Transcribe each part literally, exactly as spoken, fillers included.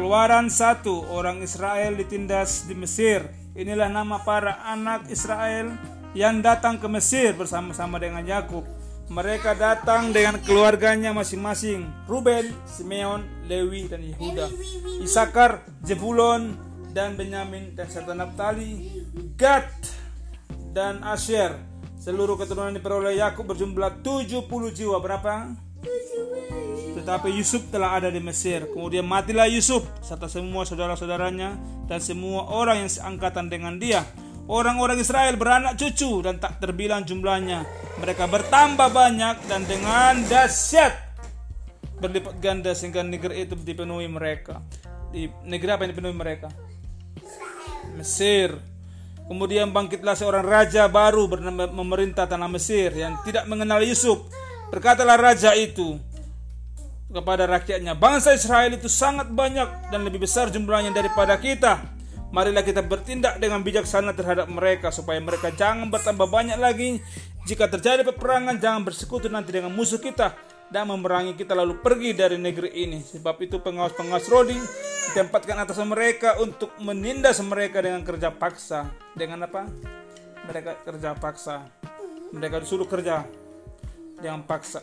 Keluaran satu, orang Israel ditindas di Mesir. Inilah nama para anak Israel yang datang ke Mesir bersama-sama dengan Yakub. Mereka datang dengan keluarganya masing-masing, Ruben, Simeon, Lewi, dan Yehuda, Isakar, Zebulon, dan Benyamin, dan serta Naftali, Gad, dan Asher. Seluruh keturunan diperoleh Yakub berjumlah tujuh puluh jiwa. Berapa? Tetapi Yusuf telah ada di Mesir. Kemudian matilah Yusuf serta semua saudara-saudaranya dan semua orang yang seangkatan dengan dia. Orang-orang Israel beranak cucu dan tak terbilang jumlahnya. Mereka bertambah banyak dan dengan dahsyat berlipat ganda sehingga negeri itu dipenuhi mereka. Di negeri apa yang dipenuhi mereka? Mesir. Kemudian bangkitlah seorang raja baru bernama memerintah tanah Mesir yang tidak mengenal Yusuf. Berkatalah raja itu kepada rakyatnya, bangsa Israel itu sangat banyak dan lebih besar jumlahnya daripada kita. Marilah kita bertindak dengan bijaksana terhadap mereka supaya mereka jangan bertambah banyak lagi. Jika terjadi peperangan, jangan bersekutu nanti dengan musuh kita dan memerangi kita lalu pergi dari negeri ini. Sebab itu pengawas-pengawas Rodi ditempatkan atas mereka untuk menindas mereka dengan kerja paksa. Dengan apa? Mereka kerja paksa. Mereka disuruh kerja dengan paksa.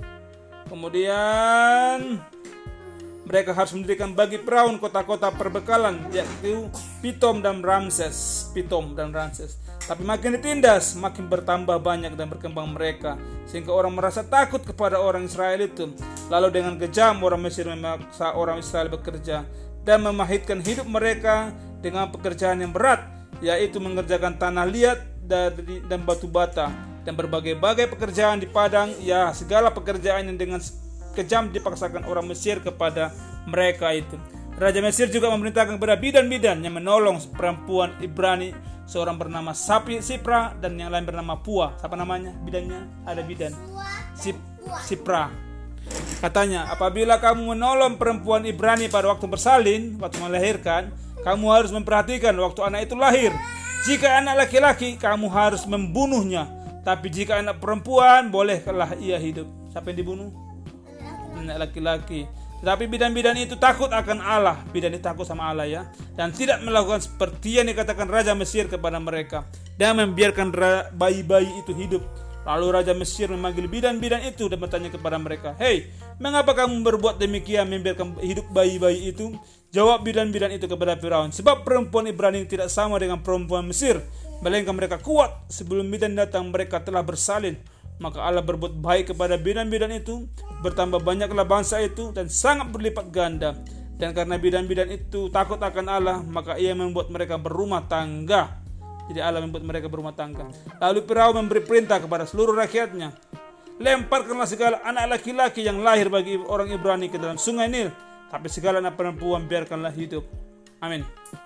Kemudian mereka harus mendirikan bagi Firaun kota-kota perbekalan, yaitu Pitom dan Ramses. Pitom dan Ramses. Tapi makin ditindas, makin bertambah banyak dan berkembang mereka, sehingga orang merasa takut kepada orang Israel itu. Lalu dengan kejam orang Mesir memaksa orang Israel bekerja dan memahitkan hidup mereka dengan pekerjaan yang berat, yaitu mengerjakan tanah liat dan batu bata dan berbagai-bagai pekerjaan di padang. Ya, segala pekerjaan yang dengan kejam dipaksakan orang Mesir kepada mereka itu. Raja Mesir juga memerintahkan kepada bidan-bidan yang menolong perempuan Ibrani, seorang bernama Sapi Sipra dan yang lain bernama Pua. Siapa namanya bidannya? Ada bidan Sip, Sipra. Katanya, apabila kamu menolong perempuan Ibrani pada waktu bersalin, waktu melahirkan, kamu harus memperhatikan waktu anak itu lahir. Jika anak laki-laki, kamu harus membunuhnya. Tapi jika anak perempuan, bolehlah ia hidup. Siapa yang dibunuh? Anak laki-laki. Tetapi bidan-bidan itu takut akan Allah. Bidan itu takut sama Allah, ya, dan tidak melakukan seperti yang dikatakan Raja Mesir kepada mereka dan membiarkan bayi-bayi itu hidup. Lalu Raja Mesir memanggil bidan-bidan itu dan bertanya kepada mereka, hei, mengapa kamu berbuat demikian, membiarkan hidup bayi-bayi itu? Jawab bidan-bidan itu kepada Firaun, sebab perempuan Ibrani tidak sama dengan perempuan Mesir, melainkan mereka kuat. Sebelum bidan datang, mereka telah bersalin. Maka Allah berbuat baik kepada bidan-bidan itu, bertambah banyaklah bangsa itu dan sangat berlipat ganda. Dan karena bidan-bidan itu takut akan Allah, maka ia membuat mereka berumah tangga. Jadi Allah membuat mereka berumah tangga. Lalu Firaun memberi perintah kepada seluruh rakyatnya, lemparkanlah segala anak laki-laki yang lahir bagi orang Ibrani ke dalam sungai Nil, tapi segala anak perempuan biarkanlah hidup. Amin.